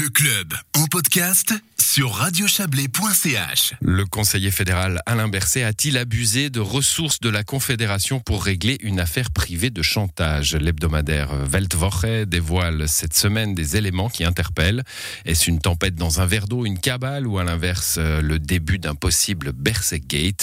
Le club en podcast sur radiochablais.ch. Le conseiller fédéral Alain Berset a-t-il abusé de ressources de la Confédération pour régler une affaire privée de chantage ? L'hebdomadaire Weltwoche dévoile cette semaine des éléments qui interpellent. Est-ce une tempête dans un verre d'eau, une cabale ou à l'inverse le début d'un possible Berset-gate ?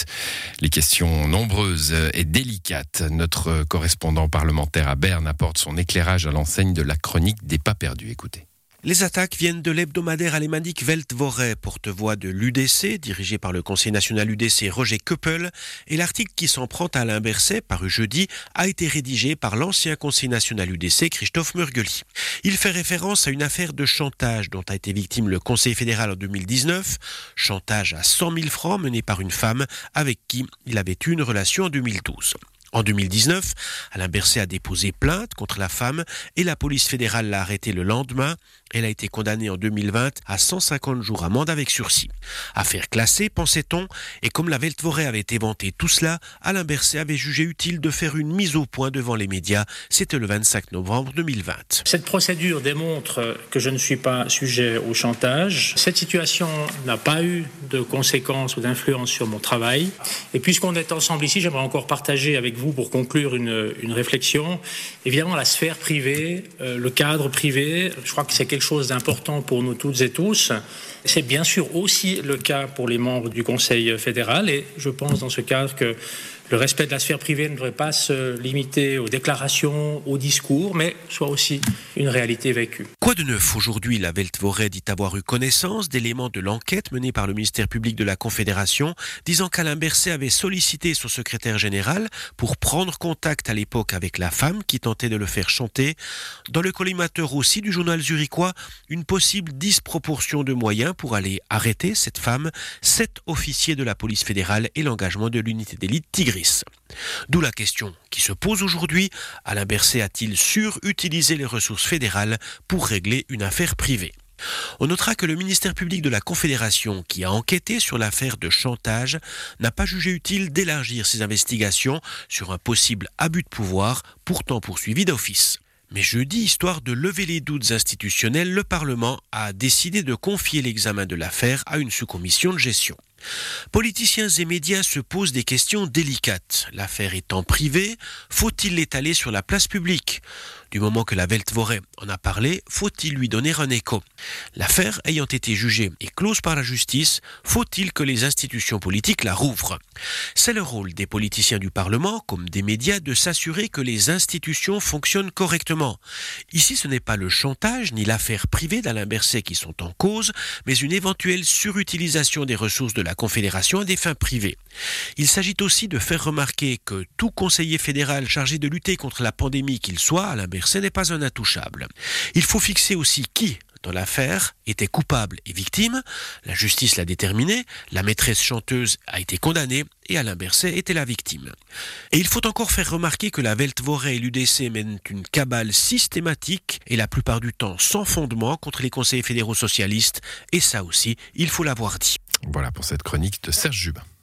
Les questions nombreuses et délicates. Notre correspondant parlementaire à Berne apporte son éclairage à l'enseigne de la chronique des pas perdus. Écoutez. Les attaques viennent de l'hebdomadaire alémanique Weltwoche, porte-voix de l'UDC, dirigé par le conseiller national UDC Roger Koppel, et l'article qui s'en prend à Alain Berset, paru jeudi, a été rédigé par l'ancien conseiller national UDC Christophe Murgely. Il fait référence à une affaire de chantage dont a été victime le conseiller fédéral en 2019, chantage à 100 000 francs mené par une femme avec qui il avait eu une relation en 2012. En 2019, Alain Berset a déposé plainte contre la femme et la police fédérale l'a arrêtée le lendemain. Elle a été condamnée en 2020 à 150 jours amende avec sursis. Affaire classée, pensait-on, et comme la Weltwoche avait éventé tout cela, Alain Berset avait jugé utile de faire une mise au point devant les médias. C'était le 25 novembre 2020. Cette procédure démontre que je ne suis pas sujet au chantage. Cette situation n'a pas eu de conséquences ou d'influence sur mon travail. Et puisqu'on est ensemble ici, j'aimerais encore partager avec vous pour conclure une réflexion. Évidemment, la sphère privée, le cadre privé, je crois que c'est quelque chose d'important pour nous toutes et tous. C'est bien sûr aussi le cas pour les membres du Conseil fédéral et je pense dans ce cadre que le respect de la sphère privée ne devrait pas se limiter aux déclarations, aux discours, mais soit aussi une réalité vécue. Quoi de neuf aujourd'hui ? La Weltwoche dit avoir eu connaissance d'éléments de l'enquête menée par le ministère public de la Confédération, disant qu'Alain Berset avait sollicité son secrétaire général pour prendre contact à l'époque avec la femme qui tentait de le faire chanter. Dans le collimateur aussi du journal zurichois, une possible disproportion de moyens pour aller arrêter cette femme, 7 officiers de la police fédérale et l'engagement de l'unité d'élite Tigris. D'où la question qui se pose aujourd'hui, Alain Berset a-t-il surutilisé les ressources fédérales pour régler une affaire privée ? On notera que le ministère public de la Confédération, qui a enquêté sur l'affaire de chantage, n'a pas jugé utile d'élargir ses investigations sur un possible abus de pouvoir, pourtant poursuivi d'office. Mais jeudi, histoire de lever les doutes institutionnels, le Parlement a décidé de confier l'examen de l'affaire à une sous-commission de gestion. Politiciens et médias se posent des questions délicates. L'affaire étant privée, faut-il l'étaler sur la place publique ? Du moment que la Weltwoche en a parlé, faut-il lui donner un écho ? L'affaire ayant été jugée et close par la justice, faut-il que les institutions politiques la rouvrent ? C'est le rôle des politiciens du Parlement, comme des médias, de s'assurer que les institutions fonctionnent correctement. Ici, ce n'est pas le chantage ni l'affaire privée d'Alain Berset qui sont en cause, mais une éventuelle surutilisation des ressources de la Confédération à des fins privées. Il s'agit aussi de faire remarquer que tout conseiller fédéral chargé de lutter contre la pandémie qu'il soit, Alain Berset n'est pas un intouchable. Il faut fixer aussi qui, dans l'affaire, était coupable et victime. La justice l'a déterminé, la maîtresse chanteuse a été condamnée et Alain Berset était la victime. Et il faut encore faire remarquer que la Weltwoche et l'UDC mènent une cabale systématique et la plupart du temps sans fondement contre les conseillers fédéraux socialistes. Et ça aussi, il faut l'avoir dit. Voilà pour cette chronique de Serge Jubin.